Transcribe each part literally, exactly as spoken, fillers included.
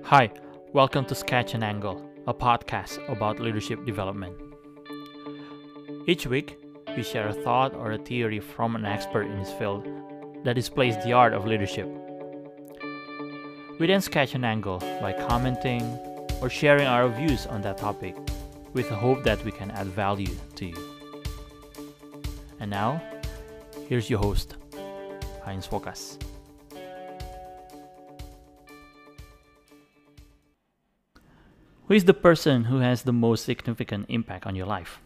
Hi, welcome to Sketch and Angle, a podcast about leadership development. Each week, we share a thought or a theory from an expert in his field that displays the art of leadership. We then sketch an angle by commenting or sharing our views on that topic with the hope that we can add value to you. And now, here's your host, Heinz Fokas. Who is the person who has the most significant impact on your life?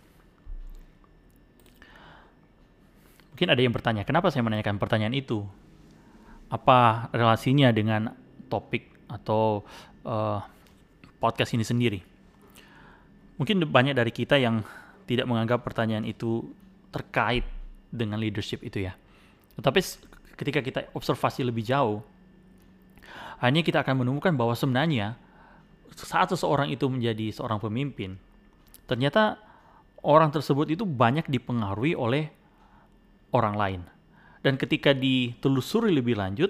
Mungkin ada yang bertanya, kenapa saya menanyakan pertanyaan itu? Apa relasinya dengan topik atau uh, podcast ini sendiri? Mungkin banyak dari kita yang tidak menganggap pertanyaan itu terkait dengan leadership itu ya. Tetapi ketika kita observasi lebih jauh, akhirnya kita akan menemukan bahwa sebenarnya saat seseorang itu menjadi seorang pemimpin, ternyata orang tersebut itu banyak dipengaruhi oleh orang lain. Dan ketika ditelusuri lebih lanjut,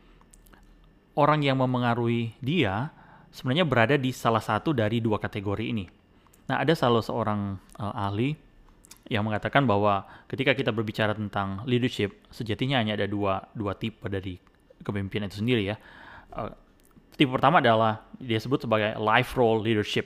orang yang memengaruhi dia sebenarnya berada di salah satu dari dua kategori ini. Nah, ada salah seorang uh, ahli yang mengatakan bahwa ketika kita berbicara tentang leadership, sejatinya hanya ada dua, dua tipe dari kepemimpinan itu sendiri ya. Uh, Tipe pertama adalah dia sebut sebagai life role leadership.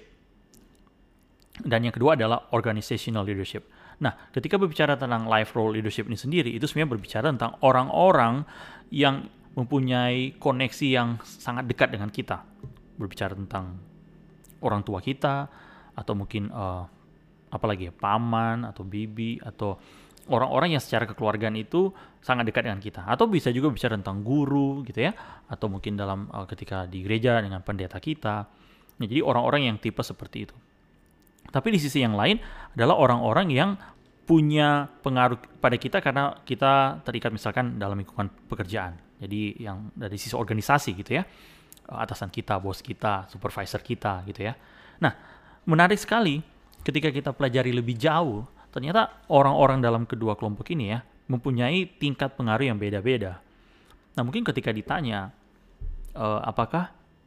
Dan yang kedua adalah organizational leadership. Nah, ketika berbicara tentang life role leadership ini sendiri, itu sebenarnya berbicara tentang orang-orang yang mempunyai koneksi yang sangat dekat dengan kita. Berbicara tentang orang tua kita, atau mungkin uh, apalagi ya, paman, atau bibi, atau orang-orang yang secara kekeluargaan itu sangat dekat dengan kita. Atau bisa juga bicara tentang guru gitu ya, atau mungkin dalam uh, ketika di gereja dengan pendeta kita. Nah, jadi orang-orang yang tipe seperti itu. Tapi di sisi yang lain adalah orang-orang yang punya pengaruh pada kita karena kita terikat misalkan dalam lingkungan pekerjaan. Jadi yang dari sisi organisasi gitu ya, atasan kita, bos kita, supervisor kita gitu ya. Nah, menarik sekali ketika kita pelajari lebih jauh, ternyata orang-orang dalam kedua kelompok ini ya mempunyai tingkat pengaruh yang beda-beda. Nah, mungkin ketika ditanya, e, apakah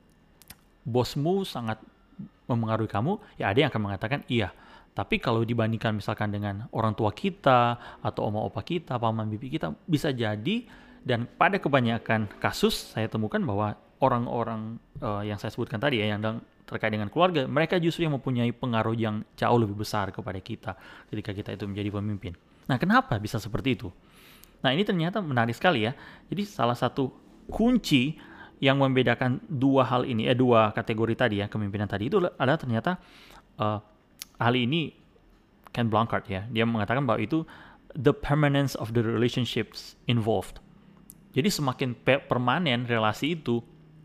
bosmu sangat memengaruhi kamu? Ya ada yang akan mengatakan iya. Tapi kalau dibandingkan misalkan dengan orang tua kita, atau oma opa kita, paman bibi kita, bisa jadi, dan pada kebanyakan kasus saya temukan bahwa orang-orang uh, yang saya sebutkan tadi ya, yang terkait dengan keluarga, mereka justru yang mempunyai pengaruh yang jauh lebih besar kepada kita ketika kita itu menjadi pemimpin. Nah, kenapa bisa seperti itu? Nah, ini ternyata menarik sekali ya. Jadi salah satu kunci yang membedakan dua hal ini, eh dua kategori tadi ya, kepemimpinan tadi itu adalah ternyata uh, ahli ini Ken Blanchard ya, dia mengatakan bahwa itu the permanence of the relationships involved. Jadi semakin pe- permanen relasi itu,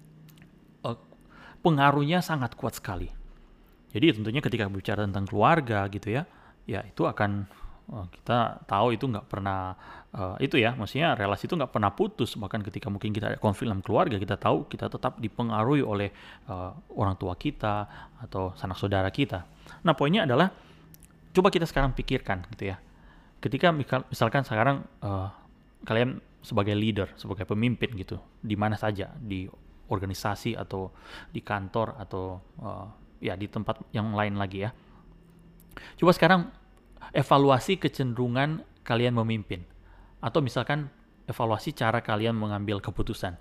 uh, pengaruhnya sangat kuat sekali. Jadi tentunya ketika bicara tentang keluarga gitu ya, ya itu akan uh, kita tahu itu nggak pernah uh, itu ya, maksudnya relasi itu nggak pernah putus. Bahkan ketika mungkin kita ada konflik dalam keluarga, kita tahu kita tetap dipengaruhi oleh uh, orang tua kita atau sanak saudara kita. Nah, poinnya adalah coba kita sekarang pikirkan gitu ya. Ketika misalkan sekarang uh, kalian sebagai leader, sebagai pemimpin gitu, di mana saja, di organisasi atau di kantor atau uh, ya di tempat yang lain lagi ya. Coba sekarang evaluasi kecenderungan kalian memimpin, atau misalkan evaluasi cara kalian mengambil keputusan.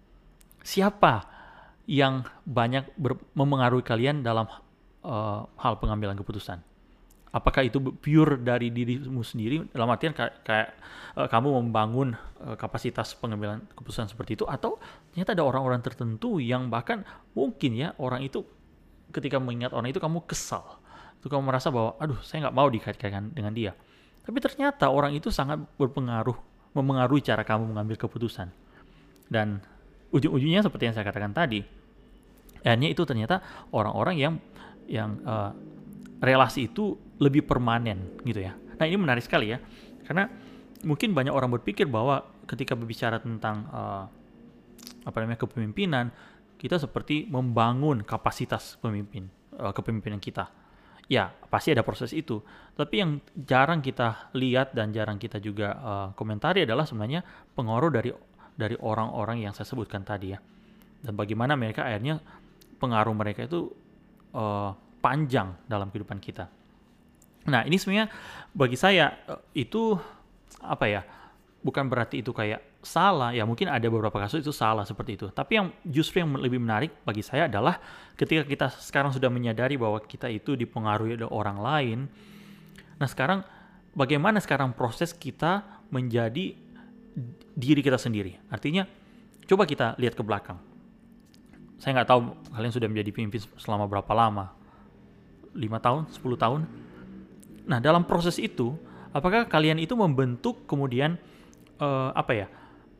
Siapa yang banyak ber- memengaruhi kalian dalam uh, hal pengambilan keputusan? Apakah itu pure dari dirimu sendiri, dalam artian kayak, kayak uh, kamu membangun uh, kapasitas pengambilan keputusan seperti itu, atau ternyata ada orang-orang tertentu yang bahkan mungkin ya orang itu ketika mengingat orang itu kamu kesal, itu kamu merasa bahwa aduh saya nggak mau dikait-kaitkan dengan dia. Tapi ternyata orang itu sangat berpengaruh, memengaruhi cara kamu mengambil keputusan. Dan ujung-ujungnya seperti yang saya katakan tadi, akhirnya itu ternyata orang-orang yang yang uh, relasi itu lebih permanen gitu ya. Nah, ini menarik sekali ya, karena mungkin banyak orang berpikir bahwa ketika berbicara tentang uh, apa namanya kepemimpinan, kita seperti membangun kapasitas pemimpin, uh, kepemimpinan kita. Ya, pasti ada proses itu. Tapi yang jarang kita lihat dan jarang kita juga uh, komentari adalah sebenarnya pengaruh dari dari orang-orang yang saya sebutkan tadi ya. Dan bagaimana mereka akhirnya pengaruh mereka itu uh, panjang dalam kehidupan kita. Nah, ini sebenarnya bagi saya uh, itu apa ya? Bukan berarti itu kayak salah, ya mungkin ada beberapa kasus itu salah seperti itu. Tapi yang justru yang lebih menarik bagi saya adalah ketika kita sekarang sudah menyadari bahwa kita itu dipengaruhi oleh orang lain. Nah, sekarang bagaimana sekarang proses kita menjadi diri kita sendiri? Artinya, coba kita lihat ke belakang. Saya nggak tahu kalian sudah menjadi pemimpin selama berapa lama. lima tahun, sepuluh tahun. Nah, dalam proses itu, apakah kalian itu membentuk kemudian, uh, apa ya,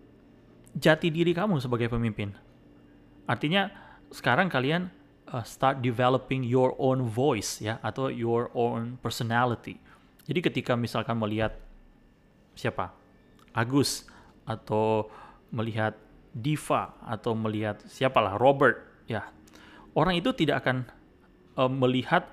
jati diri kamu sebagai pemimpin? Artinya, sekarang kalian uh, start developing your own voice, ya, atau your own personality. Jadi ketika misalkan melihat siapa? Agus, atau melihat Diva, atau melihat siapalah, Robert, ya. Orang itu tidak akan uh, melihat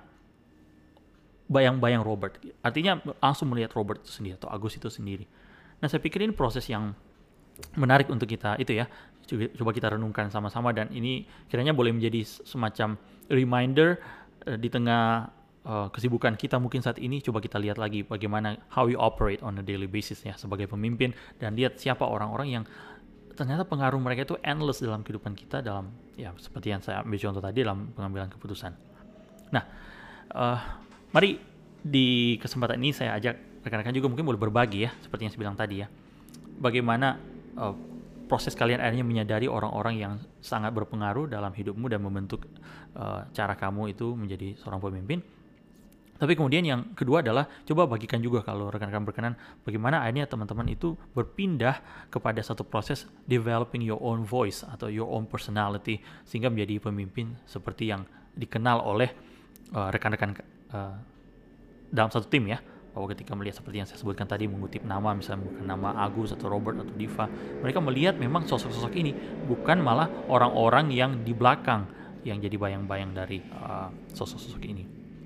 bayang-bayang Robert. Artinya langsung melihat Robert itu sendiri, atau Agus itu sendiri. Nah, saya pikir ini proses yang menarik untuk kita, itu ya. Coba kita renungkan sama-sama, dan ini kiranya boleh menjadi semacam reminder uh, di tengah uh, kesibukan kita mungkin saat ini. Coba kita lihat lagi bagaimana how we operate on a daily basis ya sebagai pemimpin, dan lihat siapa orang-orang yang ternyata pengaruh mereka itu endless dalam kehidupan kita, dalam ya seperti yang saya ambil contoh tadi dalam pengambilan keputusan. Nah, uh, mari di kesempatan ini saya ajak rekan-rekan juga mungkin boleh berbagi ya, seperti yang saya bilang tadi ya. Bagaimana uh, proses kalian akhirnya menyadari orang-orang yang sangat berpengaruh dalam hidupmu dan membentuk uh, cara kamu itu menjadi seorang pemimpin. Tapi kemudian yang kedua adalah coba bagikan juga kalau rekan-rekan berkenan bagaimana akhirnya teman-teman itu berpindah kepada satu proses developing your own voice atau your own personality sehingga menjadi pemimpin seperti yang dikenal oleh uh, rekan-rekan uh, dalam satu tim ya. Bahwa ketika melihat seperti yang saya sebutkan tadi, mengutip nama, misalnya bukan nama Agus atau Robert atau Diva, mereka melihat memang sosok-sosok ini bukan malah orang-orang yang di belakang yang jadi bayang-bayang dari uh, sosok-sosok ini.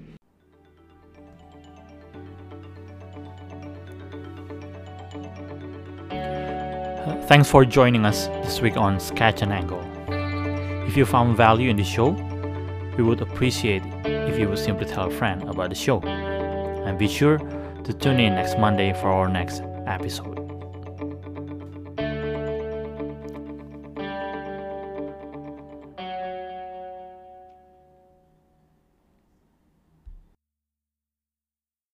Thanks for joining us this week on Sketch and Angle. If you found value in the show, we would appreciate if you would simply tell a friend about the show. And be sure to tune in next Monday for our next episode.